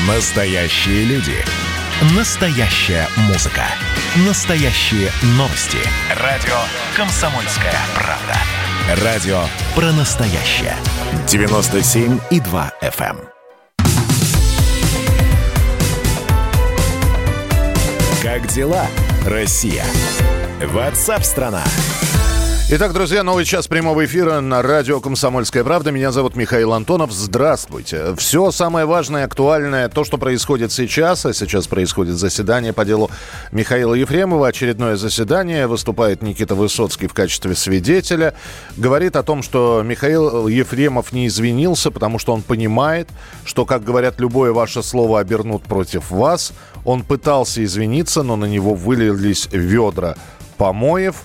Настоящие люди. Настоящая музыка. Настоящие новости. Радио «Комсомольская правда». Радио про настоящее. 97,2 FM. Как дела, Россия? WhatsApp-страна. Итак, друзья, новый час прямого эфира на радио «Комсомольская правда». Меня зовут Михаил Антонов. Здравствуйте. Все самое важное, актуальное, то, что происходит сейчас, а сейчас происходит заседание по делу Михаила Ефремова. Очередное заседание. Выступает Никита Высоцкий в качестве свидетеля. Говорит о том, что Михаил Ефремов не извинился, потому что он понимает, что, как говорят, любое ваше слово обернут против вас. Он пытался извиниться, но на него вылились ведра помоев.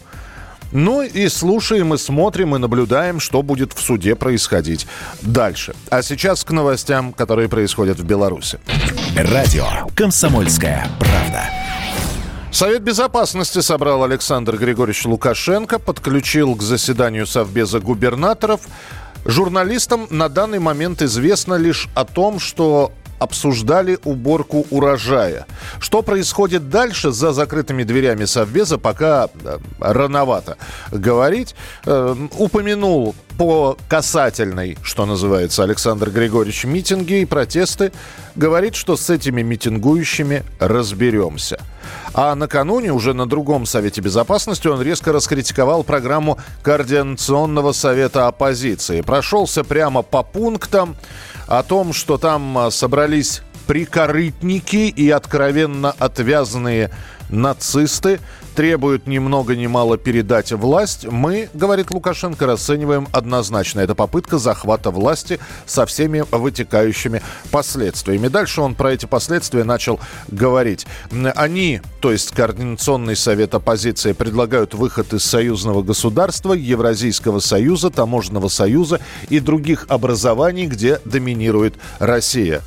Ну и слушаем, и смотрим, и наблюдаем, что будет в суде происходить дальше. А сейчас к новостям, которые происходят в Беларуси. Радио «Комсомольская правда». Совет Безопасности собрал Александр Григорьевич Лукашенко, подключил к заседанию Совбеза губернаторов. Журналистам на данный момент известно лишь о том, что обсуждали уборку урожая. Что происходит дальше за закрытыми дверями Совбеза, пока рановато говорить. Упомянул по касательной, что называется, Александр Григорьевич, митинги и протесты. Говорит, что с этими митингующими разберемся. А накануне, уже на другом Совете Безопасности, он резко раскритиковал программу Координационного совета оппозиции. Прошелся прямо по пунктам о том, что там собрались прикорытники и откровенно отвязанные нацисты, требуют ни много ни мало передать власть. Мы, говорит Лукашенко, расцениваем однозначно. Это попытка захвата власти со всеми вытекающими последствиями. Дальше он про эти последствия начал говорить. Они, то есть Координационный совет оппозиции, предлагают выход из союзного государства, Евразийского союза, Таможенного союза и других образований, где доминирует Россия.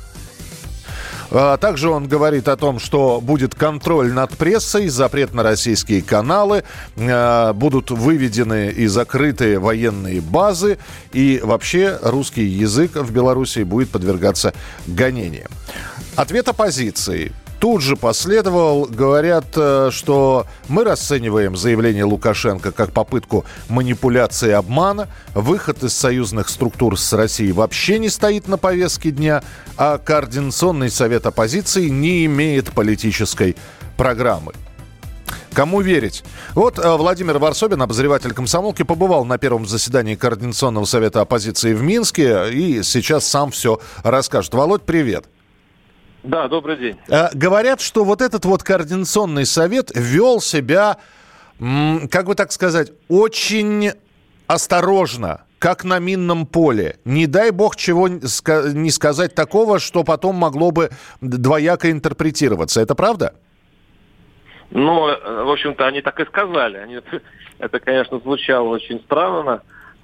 Также он говорит о том, что будет контроль над прессой, запрет на российские каналы, будут выведены и закрыты военные базы, и вообще русский язык в Беларуси будет подвергаться гонениям. Ответ оппозиции тут же последовал. Говорят, что мы расцениваем заявление Лукашенко как попытку манипуляции и обмана. Выход из союзных структур с Россией вообще не стоит на повестке дня, а Координационный совет оппозиции не имеет политической программы. Кому верить? Вот Владимир Варсобин, обозреватель «Комсомолки», побывал на первом заседании Координационного совета оппозиции в Минске и сейчас сам все расскажет. Володь, привет. Да, добрый день. Говорят, что вот этот вот Координационный совет вел себя, как бы так сказать, очень осторожно, как на минном поле. Не дай бог чего не сказать такого, что потом могло бы двояко интерпретироваться. Это правда? Ну, в общем-то, они так и сказали. Это, конечно, звучало очень странно.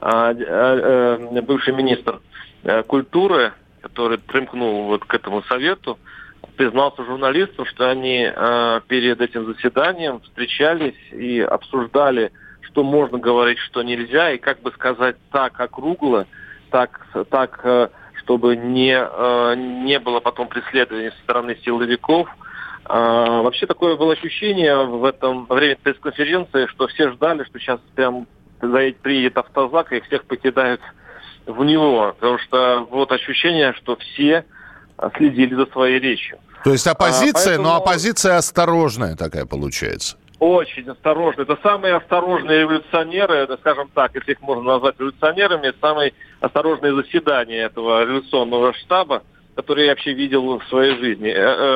Бывший министр культуры, который примкнул вот к этому совету, признался журналистам, что они перед этим заседанием встречались и обсуждали, что можно говорить, что нельзя, и как бы сказать так округло, так, чтобы не было потом преследования со стороны силовиков. Вообще такое было ощущение во время пресс-конференции, что все ждали, что сейчас прям приедет автозак и всех покидают в него, потому что вот ощущение, что все следили за своей речью. То есть оппозиция, но оппозиция осторожная такая получается. Очень осторожная. Это самые осторожные революционеры, скажем так, если их можно назвать революционерами, самые осторожные заседания этого революционного штаба, которые я вообще видел в своей жизни.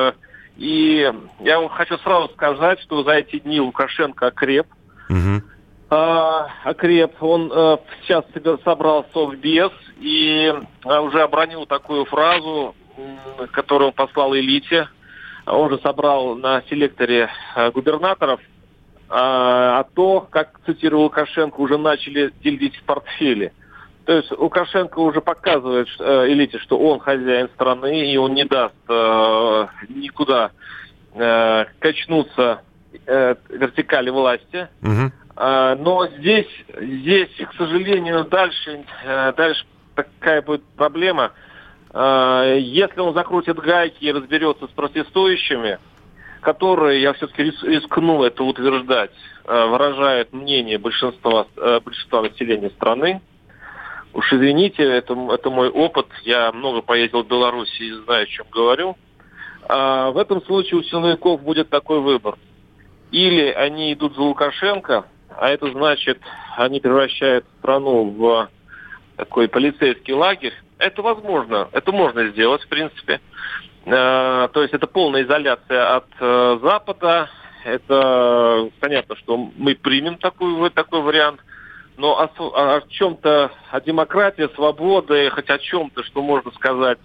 И я вам хочу сразу сказать, что за эти дни Лукашенко окреп. Окреп. Он сейчас собрал Совбез и уже обронил такую фразу, которую он послал элите. Он же собрал на селекторе губернаторов, а то, как цитирую Лукашенко, уже начали делить портфели. То есть Лукашенко уже показывает элите, что он хозяин страны, и он не даст никуда качнуться вертикали власти. Но здесь, к сожалению, дальше такая будет проблема. Если он закрутит гайки и разберется с протестующими, которые, я все-таки рискну это утверждать, выражают мнение большинства населения страны. Уж извините, это мой опыт. Я много поездил в Беларуси и знаю, о чем говорю. В этом случае у силовиков будет такой выбор. Или они идут за Лукашенко, а это значит, они превращают страну в такой полицейский лагерь. Это возможно, это можно сделать, в принципе. То есть это полная изоляция от Запада. Это понятно, что мы примем такой вариант. Но о чем-то, о демократии, свободе, хоть о чем-то, что можно сказать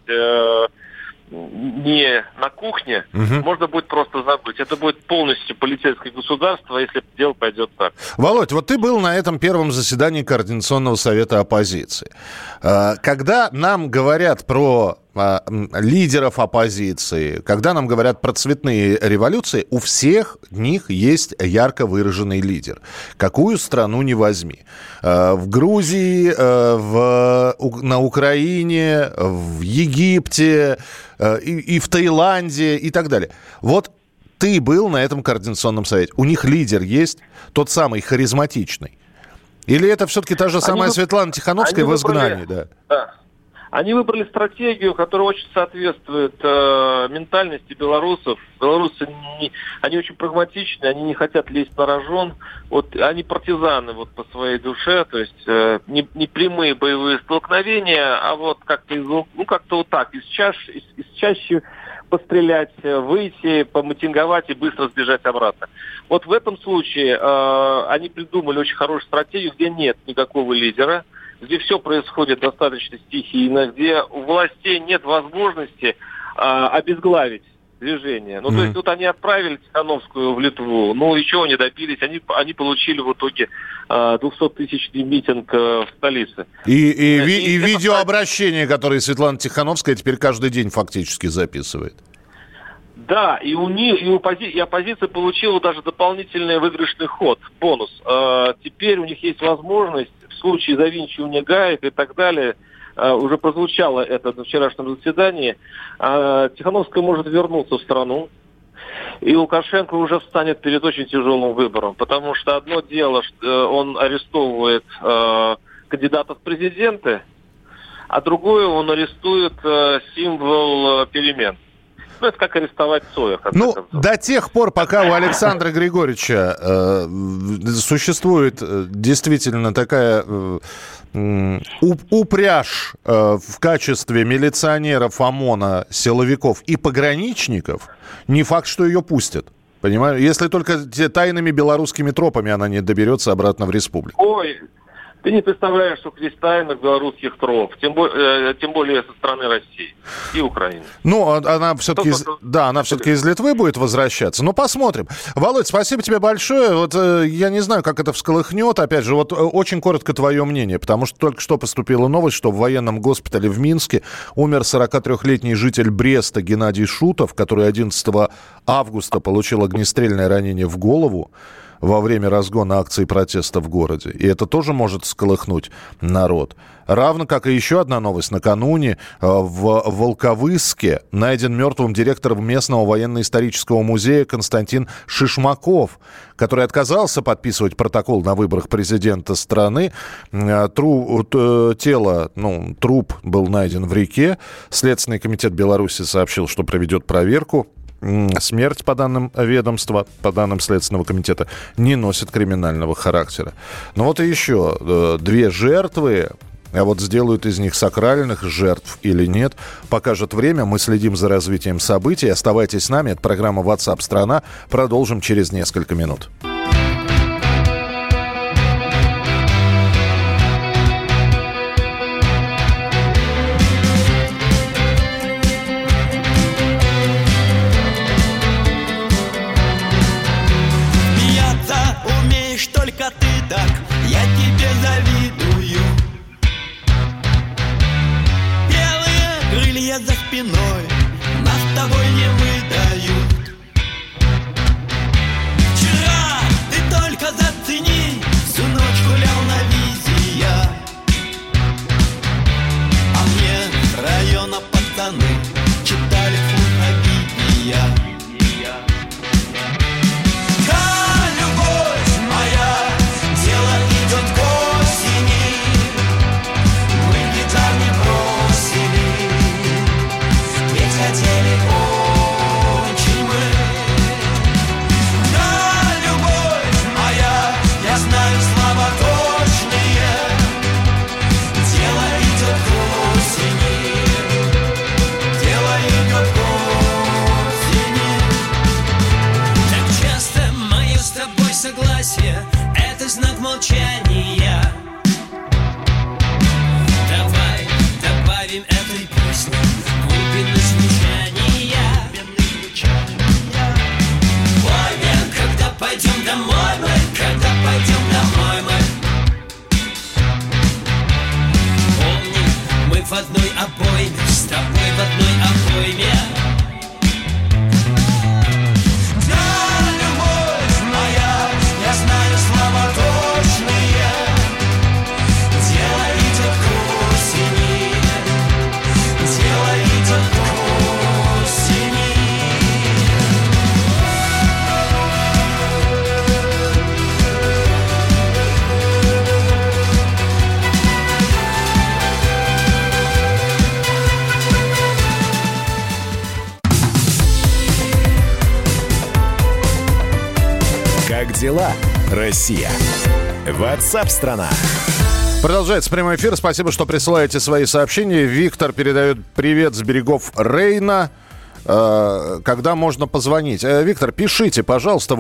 не на кухне, можно будет просто забыть. Это будет полностью полицейское государство, если дело пойдет так. Володь, вот ты был на этом первом заседании Координационного совета оппозиции. Когда нам говорят про лидеров оппозиции, когда нам говорят про цветные революции, у всех них есть ярко выраженный лидер. Какую страну не возьми. В Грузии, на Украине, в Египте, и в Таиланде и так далее. Вот ты был на этом координационном совете. У них лидер есть, тот самый харизматичный. Или это все-таки та же самая Светлана Тихановская в изгнании? Да. Они выбрали стратегию, которая очень соответствует ментальности белорусов. Белорусы, они очень прагматичны, они не хотят лезть на рожон. Вот они партизаны вот по своей душе, то есть не прямые боевые столкновения, а вот как-то как-то вот так, из чащи пострелять, выйти, помитинговать и быстро сбежать обратно. Вот в этом случае они придумали очень хорошую стратегию, где нет никакого лидера, где все происходит достаточно стихийно, где у властей нет возможности обезглавить движение. Ну, то есть, вот они отправили Тихановскую в Литву, ну, и чего они добились? Они получили в итоге 200-тысячный митинг в столице. И видеообращение, которое Светлана Тихановская теперь каждый день фактически записывает. Да, и оппозиция получила даже дополнительный выигрышный ход, бонус. Теперь у них есть возможность в случае завинчивания гаек и так далее, уже прозвучало это на вчерашнем заседании, Тихановская может вернуться в страну, и Лукашенко уже встанет перед очень тяжелым выбором, потому что одно дело, что он арестовывает кандидатов в президенты, а другое он арестует символ перемен. Ну, это как арестовать Цоя. До тех пор, пока у Александра Григорьевича существует действительно такая упряжь в качестве милиционеров ОМОНа, силовиков и пограничников, не факт, что ее пустят. Понимаешь? Если только тайными белорусскими тропами она не доберется обратно в республику. Ой, ты не представляешь, что здесь тайных белорусских троп, тем более со стороны России и Украины. Ну, она все-таки, она все-таки из Литвы будет возвращаться. Ну, посмотрим. Володь, спасибо тебе большое. Вот я не знаю, как это всколыхнет. Опять же, вот очень коротко твое мнение, потому что только что поступила новость, что в военном госпитале в Минске умер 43-летний житель Бреста Геннадий Шутов, который 11 августа получил огнестрельное ранение в голову во время разгона акции протеста в городе. И это тоже может всколыхнуть народ. Равно как и еще одна новость. Накануне в Волковыске найден мертвым директор местного военно-исторического музея Константин Шишмаков, который отказался подписывать протокол на выборах президента страны. Труп был найден в реке. Следственный комитет Беларуси сообщил, что проведет проверку. Смерть, по данным ведомства, по данным Следственного комитета, не носит криминального характера. Но вот и еще 2 жертвы, а вот сделают из них сакральных жертв или нет, покажет время. Мы следим за развитием событий. Оставайтесь с нами. Это программа WhatsApp страна. Продолжим через несколько минут. Только ты так, я тебе завидую. Белые крылья за спиной нас с тобой не выдают. Вчера ты только зацени, всю ночь гулял на визия, а мне с района под штаны, читали Фукабибия. Да, любовь моя, дело идет к осени, мы гитар не бросили, ведь хотели очень мы. Да, любовь моя, я знаю слова точные, дело идет к осени, дело идет к осени. Так часто мое с тобой согласие — это знак молчания. Давай добавим этой песне глубины звучания. Поймем, когда пойдем домой мы, когда пойдем домой мы. Помни, мы в одной обойме, с тобой в одной обойме. Да, любовь моя, я знаю слова точные, дело идет к осени, дело идет к осени. Как дела, Россия? WhatsApp-страна. Продолжается прямой эфир. Спасибо, что присылаете свои сообщения. Виктор передает привет с берегов Рейна. Когда можно позвонить? Виктор, пишите, пожалуйста,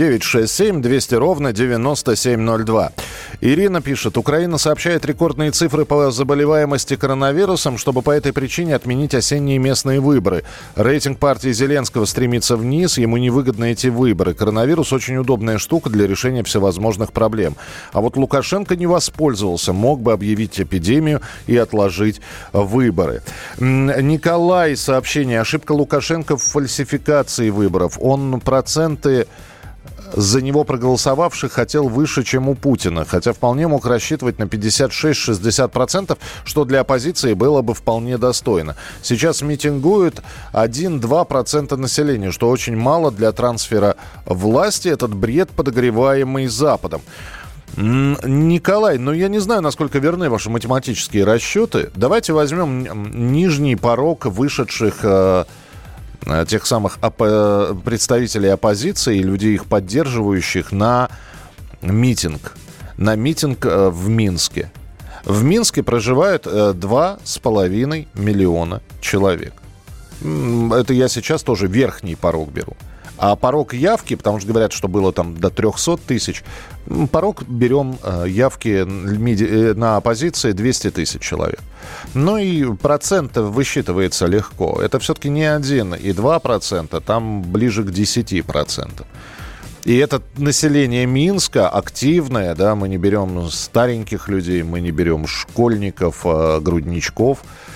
8-967-200-97-02. Ирина пишет: Украина сообщает рекордные цифры по заболеваемости коронавирусом, чтобы по этой причине отменить осенние местные выборы. Рейтинг партии Зеленского стремится вниз, ему невыгодны эти выборы. Коронавирус очень удобная штука для решения всевозможных проблем. А вот Лукашенко не воспользовался, мог бы объявить эпидемию и отложить выборы. Николай, сообщение: ошибка Лукашенко в фальсификации выборов. Он проценты за него проголосовавших хотел выше, чем у Путина, хотя вполне мог рассчитывать на 56-60%, что для оппозиции было бы вполне достойно. Сейчас митингует 1-2% населения, что очень мало для трансфера власти. Этот бред, подогреваемый Западом. Николай, я не знаю, насколько верны ваши математические расчеты. Давайте возьмем нижний порог вышедших тех самых представителей оппозиции и людей, их поддерживающих, на митинг в Минске. В Минске проживает 2,5 миллиона человек. Это я сейчас тоже верхний порог беру. А порог явки, потому что говорят, что было там до 300 тысяч, порог берем явки на оппозиции 200 тысяч человек. И процентов высчитывается легко. Это все-таки не 1,2%, там ближе к 10%. И это население Минска активное, да, мы не берем стареньких людей, мы не берем школьников, грудничков.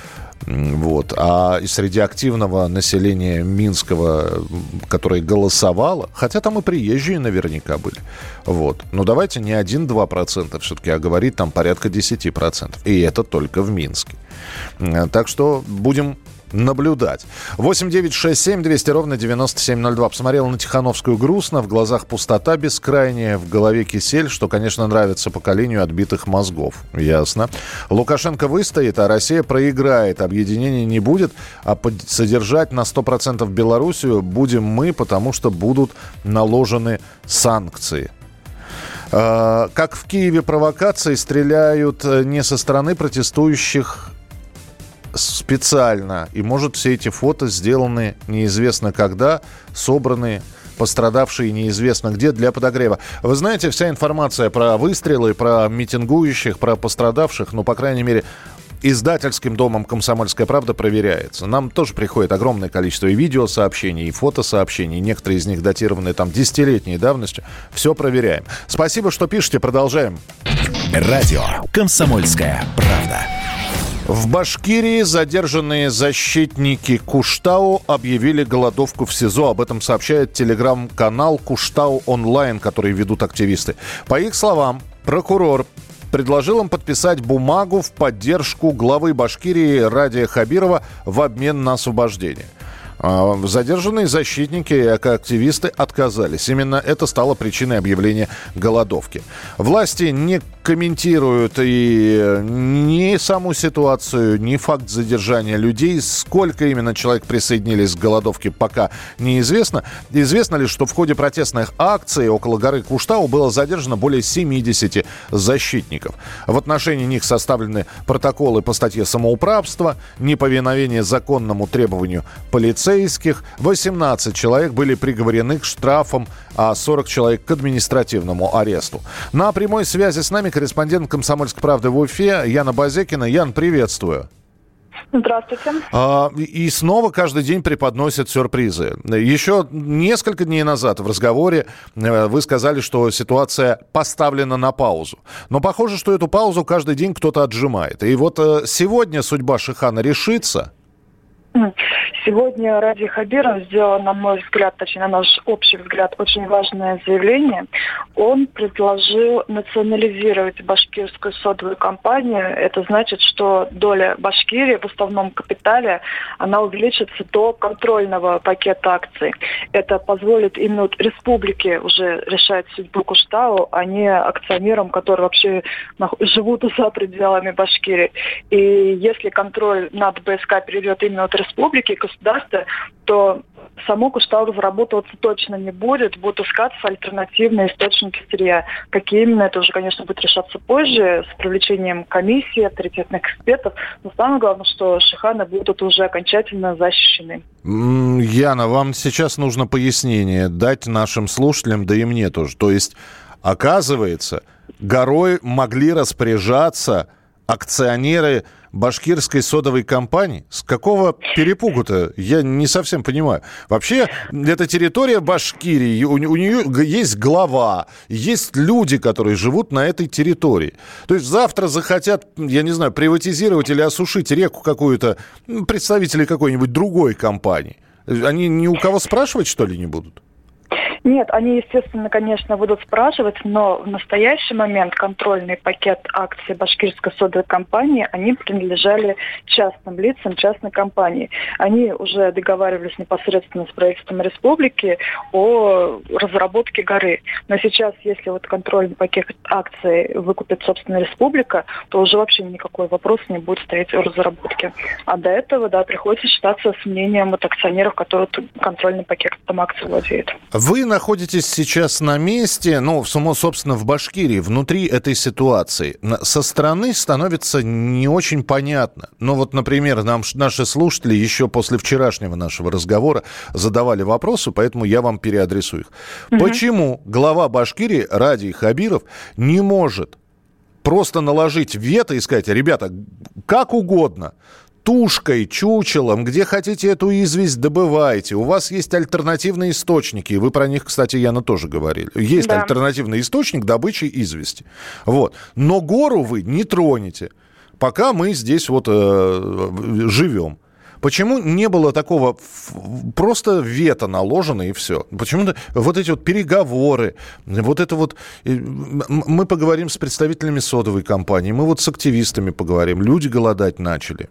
А среди активного населения Минского, которое голосовало, хотя там и приезжие наверняка были, давайте не 1-2% все-таки, а говорить там порядка 10%. И это только в Минске. Так что будем наблюдать. 8-967-200-97-02. Посмотрел на Тихановскую грустно, в глазах пустота бескрайняя, в голове кисель, что, конечно, нравится поколению отбитых мозгов. Ясно. Лукашенко выстоит, а Россия проиграет. Объединения не будет, а содержать на 100% Белоруссию будем мы, потому что будут наложены санкции. Как в Киеве провокации, стреляют не со стороны протестующих специально. И, может, все эти фото сделаны неизвестно когда, собраны, пострадавшие неизвестно где, для подогрева. Вы знаете, вся информация про выстрелы, про митингующих, про пострадавших, по крайней мере, издательским домом «Комсомольская правда» проверяется. Нам тоже приходит огромное количество и видеосообщений, и фотосообщений. Некоторые из них датированы десятилетней давностью. Все проверяем. Спасибо, что пишете. Продолжаем. Радио «Комсомольская правда». В Башкирии задержанные защитники Куштау объявили голодовку в СИЗО. Об этом сообщает телеграм-канал «Куштау онлайн», который ведут активисты. По их словам, прокурор предложил им подписать бумагу в поддержку главы Башкирии Радия Хабирова в обмен на освобождение. Задержанные защитники и активисты отказались. Именно это стало причиной объявления голодовки. Власти не комментируют и ни саму ситуацию, ни факт задержания людей. Сколько именно человек присоединились к голодовке, пока неизвестно. Известно лишь, что в ходе протестных акций около горы Куштау было задержано более 70 защитников. В отношении них составлены протоколы по статье самоуправство, неповиновение законному требованию полицейских. 18 человек были приговорены к штрафам, а 40 человек к административному аресту. На прямой связи с нами корреспондент «Комсомольской правды» в Уфе Яна Базекина. Ян, приветствую. Здравствуйте. И снова каждый день преподносят сюрпризы. Еще несколько дней назад в разговоре вы сказали, что ситуация поставлена на паузу. Но похоже, что эту паузу каждый день кто-то отжимает. И вот сегодня судьба Шихана решится? Сегодня Ради Хабиров сделал, на мой взгляд, точнее, на наш общий взгляд, очень важное заявление. Он предложил национализировать башкирскую содовую компанию. Это значит, что доля Башкирии в основном капитале, она увеличится до контрольного пакета акций. Это позволит именно республике уже решать судьбу Куштау, а не акционерам, которые вообще живут за пределами Башкирии. И если контроль над БСК перейдет именно от республики к государству, то само Куштау разработываться точно не будет, будут искаться альтернативные источники сырья. Какие именно, это уже, конечно, будет решаться позже, с привлечением комиссии, авторитетных экспертов. Но самое главное, что Шиханы будут уже окончательно защищены. Яна, вам сейчас нужно пояснение дать нашим слушателям, да и мне тоже. То есть, оказывается, горой могли распоряжаться акционеры башкирской содовой компании? С какого перепугу-то? Я не совсем понимаю. Вообще, это территория Башкирии. У нее есть глава, есть люди, которые живут на этой территории. То есть завтра захотят, я не знаю, приватизировать или осушить реку какую-то, представители какой-нибудь другой компании. Они ни у кого спрашивать, что ли, не будут? Нет, они, естественно, конечно, будут спрашивать, но в настоящий момент контрольный пакет акций башкирской содовой компании, они принадлежали частным лицам, частной компании. Они уже договаривались непосредственно с правительством республики о разработке горы. Но сейчас, если вот контрольный пакет акций выкупит, собственно, республика, то уже вообще никакой вопрос не будет стоять о разработке. А до этого, да, приходится считаться с мнением вот акционеров, которые контрольный пакет акций владеют. Вы находитесь сейчас на месте, собственно, в Башкирии, внутри этой ситуации. Со стороны становится не очень понятно. Вот, например, наши слушатели еще после вчерашнего нашего разговора задавали вопросы, поэтому я вам переадресую их. Почему глава Башкирии Радий Хабиров не может просто наложить вето и сказать: ребята, как угодно, тушкой, чучелом, где хотите эту известь, добывайте. У вас есть альтернативные источники. Вы про них, кстати, Яна, тоже говорили. Есть альтернативный источник добычи извести. Вот. Но гору вы не тронете, пока мы здесь живем. Почему не было такого просто вето наложено и все? Почему-то вот эти переговоры, мы поговорим с представителями содовой компании, мы с активистами поговорим, люди голодать начали.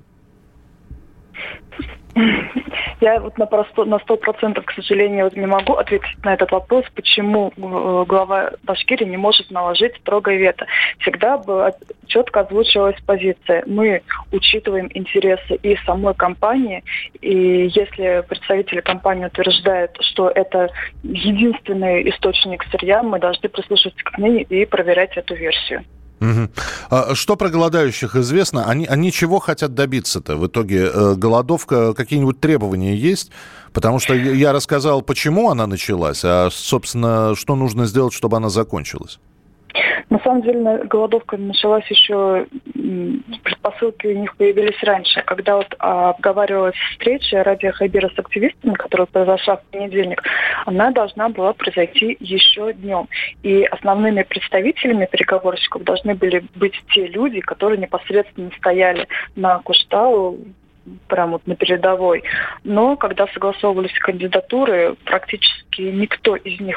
Я на 100%, к сожалению, не могу ответить на этот вопрос, почему глава Башкирии не может наложить строгое вето. Всегда четко озвучивалась позиция. Мы учитываем интересы и самой компании, и если представители компании утверждают, что это единственный источник сырья, мы должны прислушиваться к мнению и проверять эту версию. Угу. Что про голодающих известно? Они чего хотят добиться-то в итоге? Голодовка, какие-нибудь требования есть? Потому что я рассказал, почему она началась, а, собственно, что нужно сделать, чтобы она закончилась? На самом деле голодовка началась еще, предпосылки у них появились раньше, когда обговаривалась встреча Радия Хабира с активистами, которая произошла в понедельник, она должна была произойти еще днем. И основными представителями переговорщиков должны были быть те люди, которые непосредственно стояли на Куштау, прямо на передовой. Но когда согласовывались кандидатуры, практически никто из них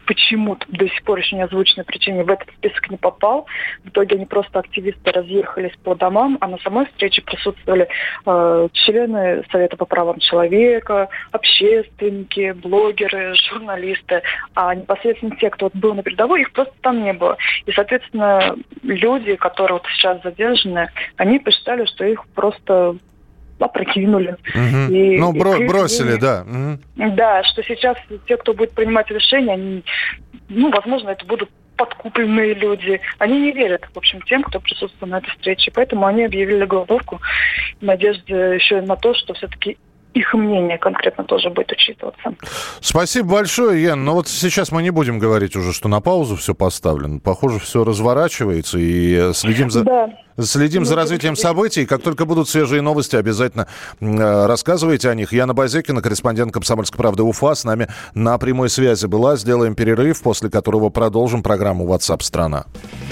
почему-то до сих пор еще не озвученной причине в этот список не попал. В итоге они просто, активисты, разъехались по домам, а на самой встрече присутствовали члены Совета по правам человека, общественники, блогеры, журналисты. А непосредственно те, кто был на передовой, их просто там не было. И, соответственно, люди, которые вот сейчас задержаны, они посчитали, что их просто опрокинули. Угу. Бросили, да. Угу. Да, что сейчас те, кто будет принимать решения, они, возможно, это будут подкупленные люди. Они не верят, в общем, тем, кто присутствовал на этой встрече. Поэтому они объявили голодовку в надежде еще и на то, что все-таки их мнение конкретно тоже будет учитываться. Спасибо большое, Ян. Но вот сейчас мы не будем говорить уже, что на паузу все поставлено. Похоже, все разворачивается, и следим за развитием событий. Как только будут свежие новости, обязательно рассказывайте о них. Яна Базекина, корреспондент «Комсомольской правды» Уфа, с нами на прямой связи была. Сделаем перерыв, после которого продолжим программу WhatsApp страна.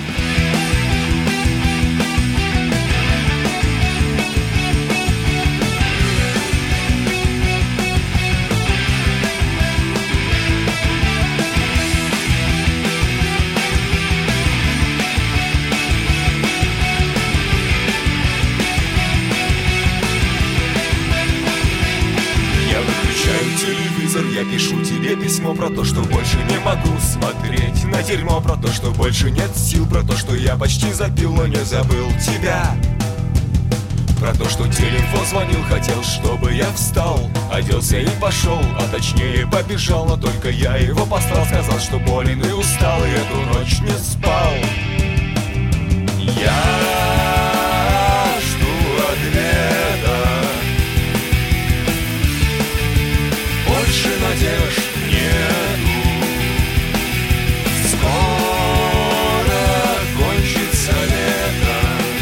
Я пишу тебе письмо про то, что больше не могу смотреть на дерьмо, про то, что больше нет сил, про то, что я почти запил, но не забыл тебя, про то, что телефон звонил, хотел, чтобы я встал, оделся и пошел, а точнее побежал, но только я его послал, сказал, что болен и устал, и эту ночь не спал. Я жду ответа, больше надежд нету. Скоро кончится лето.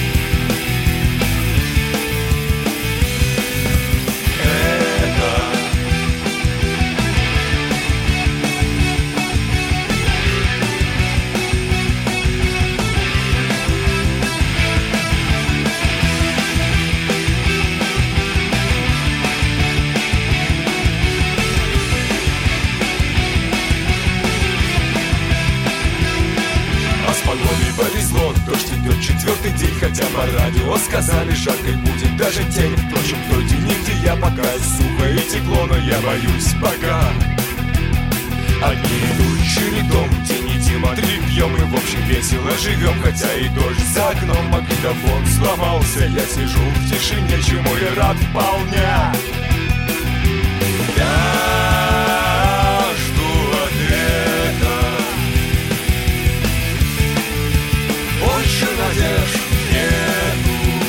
Повезло, дождь идет 4-й день, хотя по радио сказали, жаркой будет даже тень. Впрочем, в той день, где я пока сухо и тепло, но я боюсь пока. Одни идут чередом, день и Дима-3 пьем, и в общем весело живем, хотя и дождь за окном, магнитофон сломался, я сижу в тишине, чему я рад вполне. Надежд нету.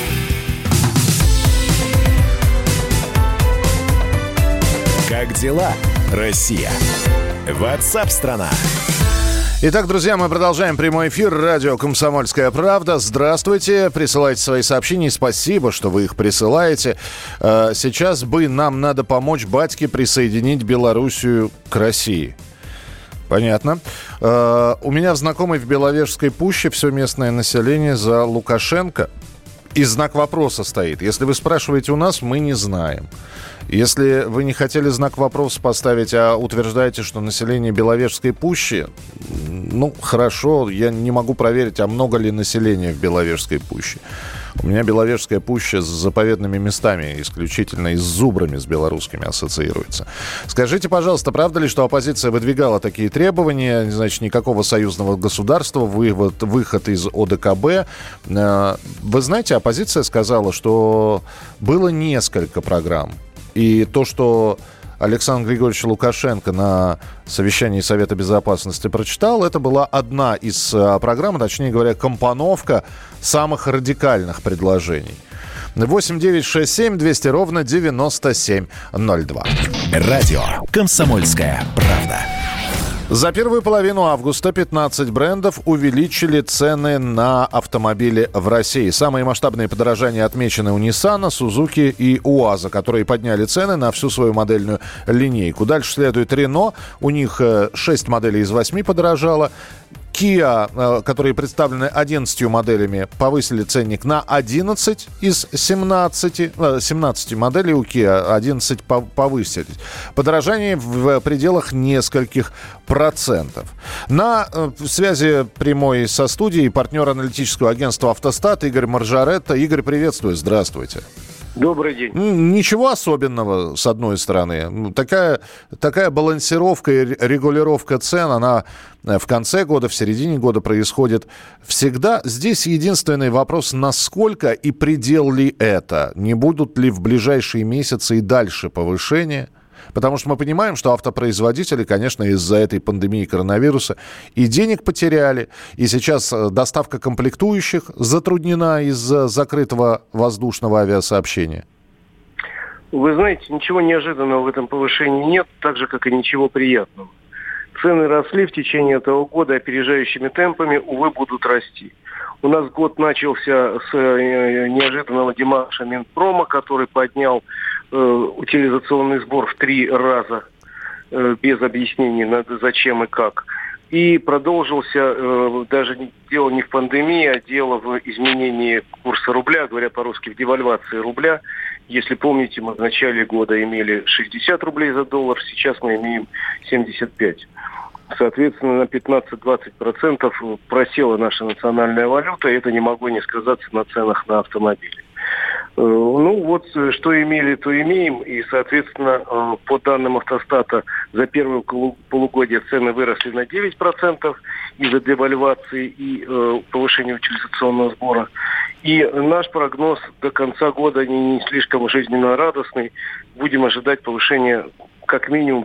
Как дела, Россия? WhatsApp страна. Итак, друзья, мы продолжаем прямой эфир. Радио «Комсомольская правда». Здравствуйте. Присылайте свои сообщения. Спасибо, что вы их присылаете. Сейчас нам надо помочь батьке присоединить Белоруссию к России. Понятно. У меня знакомый в Беловежской пуще все местное население за Лукашенко. И знак вопроса стоит. Если вы спрашиваете у нас, мы не знаем. Если вы не хотели знак вопроса поставить, а утверждаете, что население Беловежской пущи, хорошо, я не могу проверить, а много ли населения в Беловежской пуще. У меня Беловежская пуща с заповедными местами, исключительно и с зубрами, с белорусскими ассоциируется. Скажите, пожалуйста, правда ли, что оппозиция выдвигала такие требования, значит, никакого союзного государства, выход из ОДКБ? Вы знаете, оппозиция сказала, что было несколько программ. И то, что Александр Григорьевич Лукашенко на совещании Совета Безопасности прочитал, это была одна из программ, точнее говоря, компоновка самых радикальных предложений. 8-967-200-97-02. Радио «Комсомольская правда». За первую половину августа 15 брендов увеличили цены на автомобили в России. Самые масштабные подорожания отмечены у Nissan, Suzuki и УАЗа, которые подняли цены на всю свою модельную линейку. Дальше следует Renault. У них 6 моделей из 8 подорожало. Kia, которые представлены 11 моделями, повысили ценник на 11 из 17 моделей у Kia, 11 повысились. Подорожание в пределах нескольких процентов. На связи прямой со студией партнер аналитического агентства «Автостат» Игорь Маржаретта. Игорь, приветствую, здравствуйте. Добрый день. Ничего особенного, с одной стороны. Такая балансировка и регулировка цен, она в конце года, в середине года происходит всегда. Здесь единственный вопрос, насколько и предел ли это? Не будут ли в ближайшие месяцы и дальше повышения? Потому что мы понимаем, что автопроизводители, конечно, из-за этой пандемии коронавируса и денег потеряли, и сейчас доставка комплектующих затруднена из-за закрытого воздушного авиасообщения. Вы знаете, ничего неожиданного в этом повышении нет, так же, как и ничего приятного. Цены росли в течение этого года опережающими темпами, увы, будут расти. У нас год начался с неожиданного демарша Минпрома, который поднял утилизационный сбор в 3 раза без объяснений, зачем и как. И продолжился, даже дело не в пандемии, а дело в изменении курса рубля, говоря по-русски, в девальвации рубля. Если помните, мы в начале года имели 60 рублей за доллар, сейчас мы имеем 75. Соответственно, на 15-20% просела наша национальная валюта, и это не могло не сказаться на ценах на автомобили. Ну вот, что имели, то имеем. И, соответственно, по данным Автостата, за первое полугодие цены выросли на 9% из-за девальвации и повышения утилизационного сбора. И наш прогноз до конца года не слишком жизненно радостный. Будем ожидать повышения как минимум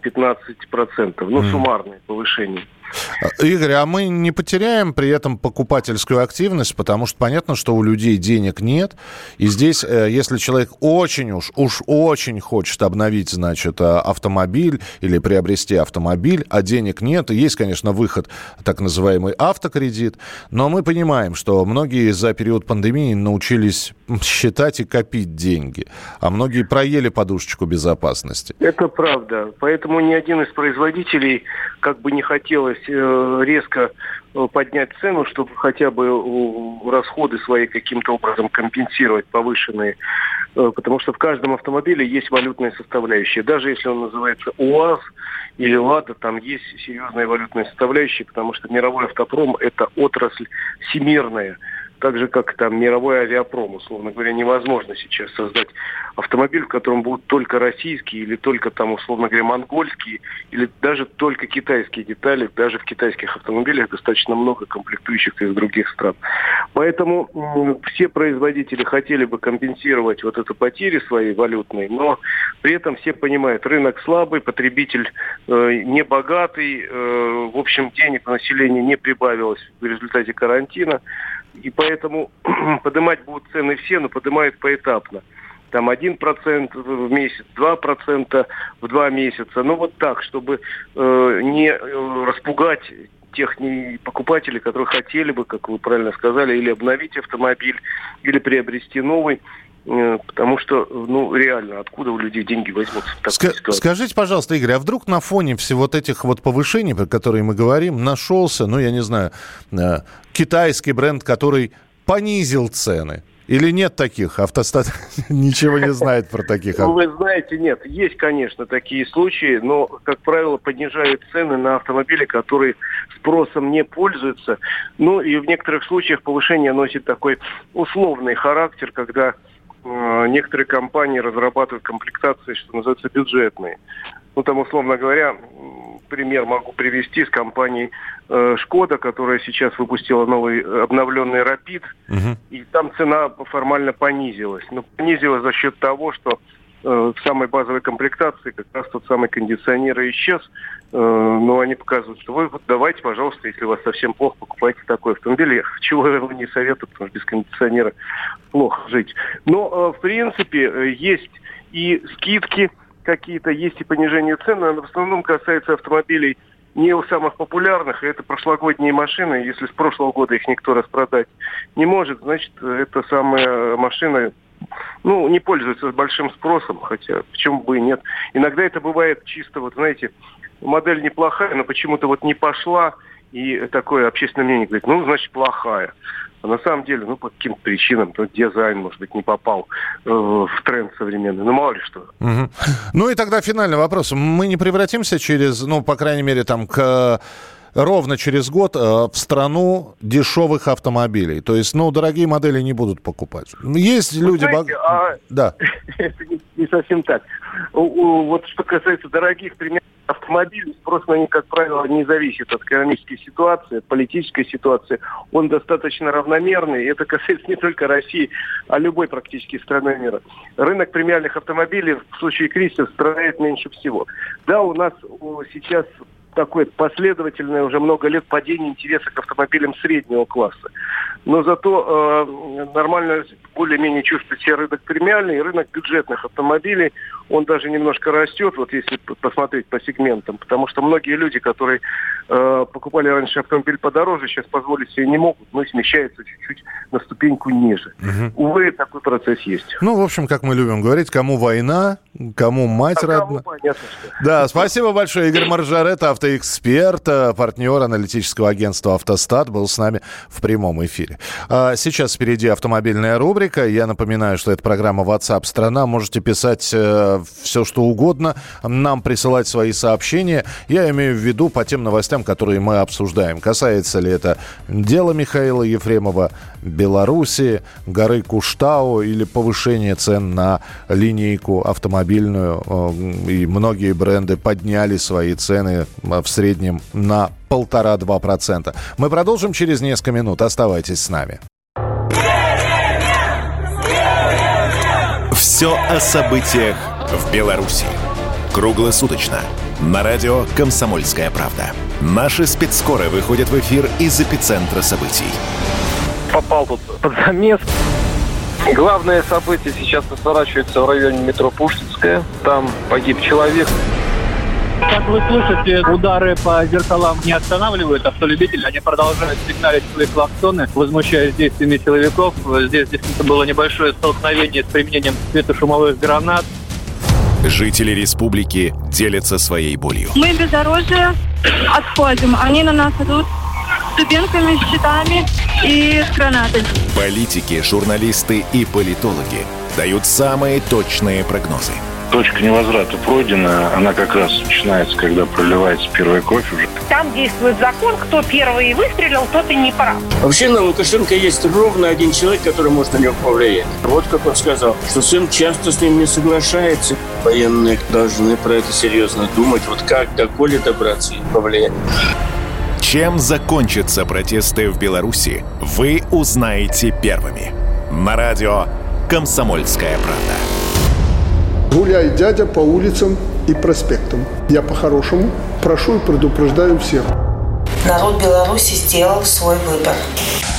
15%, суммарное повышение. Игорь, а мы не потеряем при этом покупательскую активность, потому что понятно, что у людей денег нет, и здесь, если человек очень хочет обновить, значит, автомобиль или приобрести автомобиль, а денег нет, и есть, конечно, выход, так называемый автокредит, но мы понимаем, что многие за период пандемии научились считать и копить деньги, а многие проели подушечку безопасности. Это правда, поэтому ни один из производителей, как бы не хотелось резко поднять цену, чтобы хотя бы расходы свои каким-то образом компенсировать повышенные, потому что в каждом автомобиле есть валютная составляющая. Даже если он называется УАЗ или Лада, там есть серьезная валютная составляющая, потому что мировой автопром – это отрасль всемирная. Так же, как там мировой авиапром, условно говоря, невозможно сейчас создать автомобиль, в котором будут только российские или только там, условно говоря, монгольские, или даже только китайские детали. Даже в китайских автомобилях достаточно много комплектующих из других стран. Поэтому все производители хотели бы компенсировать вот эту потерю своей валютной, но при этом все понимают, рынок слабый, потребитель не богатый, в общем, денег у населения не прибавилось в результате карантина. И поэтому поднимать будут цены все, но поднимают поэтапно. Там 1% в месяц, 2% в 2 месяца. Ну вот так, чтобы не распугать тех покупателей, которые хотели бы, как вы правильно сказали, или обновить автомобиль, или приобрести новый. Потому что, реально, откуда у людей деньги возьмутся в такой ситуации? Скажите, пожалуйста, Игорь, а вдруг на фоне всего вот этих вот повышений, про которые мы говорим, нашелся, я не знаю, китайский бренд, который понизил цены? Или нет таких? Автостат ничего не знает про таких. Вы знаете, нет. Есть, конечно, такие случаи, но, как правило, понижают цены на автомобили, которые спросом не пользуются. И в некоторых случаях повышение носит такой условный характер, когда некоторые компании разрабатывают комплектации, что называется, бюджетные. Там, условно говоря, пример могу привести с компанией «Шкода», которая сейчас выпустила новый обновленный «Рапид», и там цена формально понизилась. Но понизилась за счет того, что в самой базовой комплектации как раз тот самый кондиционер и исчез. Но они показывают, что вы давайте, пожалуйста, если у вас совсем плохо, покупайте такой автомобиль. Чего я вам не советую, потому что без кондиционера плохо жить. Но, в принципе, есть и скидки какие-то, есть и понижение цен. Но в основном касается автомобилей не у самых популярных. Это прошлогодние машины. Если с прошлого года их никто распродать не может, значит, эта самая машина не пользуется большим спросом, хотя почему бы и нет. Иногда это бывает чисто, модель неплохая, но почему-то не пошла, И такое общественное мнение говорит, ну, значит, плохая. А на самом деле, ну, по каким-то причинам, то дизайн, может быть, не попал в тренд современный. Ну, мало ли что. Угу. Ну и тогда финальный вопрос. Мы не превратимся через, ну, по крайней мере, там, ровно через год в страну дешевых автомобилей? То есть, ну, дорогие модели не будут покупать. Есть люди... Знаете, да. Это не совсем так. Вот что касается дорогих примеров автомобилей, спрос на них, как правило, не зависит от экономической ситуации, от политической ситуации. Он достаточно равномерный. И это касается не только России, а любой практически страны мира. Рынок премиальных автомобилей в случае кризиса страдает меньше всего. Да, у нас сейчас такое последовательное уже много лет падение интереса к автомобилям среднего класса. Но зато нормально, более-менее чувствует себя рынок премиальный, и рынок бюджетных автомобилей, он даже немножко растет, вот если посмотреть по сегментам, потому что многие люди, которые покупали раньше автомобиль подороже, сейчас позволить себе не могут, но смещаются чуть-чуть на ступеньку ниже. Угу. Увы, такой процесс есть. Ну, в общем, как мы любим говорить, кому война, кому мать родная. Понятно, что. Да, спасибо большое. Игорь Маржарет, автоэксперт, партнер аналитического агентства «Автостат», был с нами в прямом эфире. Сейчас впереди автомобильная рубрика. Я напоминаю, что это программа WhatsApp страна. Можете писать все, что угодно, нам присылать свои сообщения. Я имею в виду по тем новостям, которые мы обсуждаем. Касается ли это дела Михаила Ефремова, Беларуси, горы Куштау или повышения цен на линейку автомобильную. И многие бренды подняли свои цены в среднем на 1,5-2%. Мы продолжим через несколько минут. Оставайтесь с нами. Все о событиях в Беларуси. Круглосуточно. На радио «Комсомольская правда». Наши спецскоры выходят в эфир из эпицентра событий. Попал тут под замес. Главное событие сейчас разворачивается в районе метро Пушкинская. Там погиб человек. Как вы слышите, удары по зеркалам не останавливают автолюбителей. Они продолжают сигналить свои клаксоны, возмущаясь действиями силовиков. Здесь действительно было небольшое столкновение с применением светошумовых гранат. Жители республики делятся своей болью. Мы бездорожье отходим. Они на нас идут с дубинками, с щитами и с гранатами. Политики, журналисты и политологи дают самые точные прогнозы. Точка невозврата пройдена, она как раз начинается, когда проливается первая кровь уже. Там действует закон, кто первый выстрелил, тот и не прав. Вообще на Лукашенко есть ровно один человек, который может на него повлиять. Вот как он сказал, что сын часто с ним не соглашается. Военные должны про это серьезно думать, вот как до Коли добраться и повлиять. Чем закончатся протесты в Беларуси, вы узнаете первыми. На радио «Комсомольская правда». Гуляй, дядя, по улицам и проспектам. Я по-хорошему прошу и предупреждаю всех. Народ Беларуси сделал свой выбор.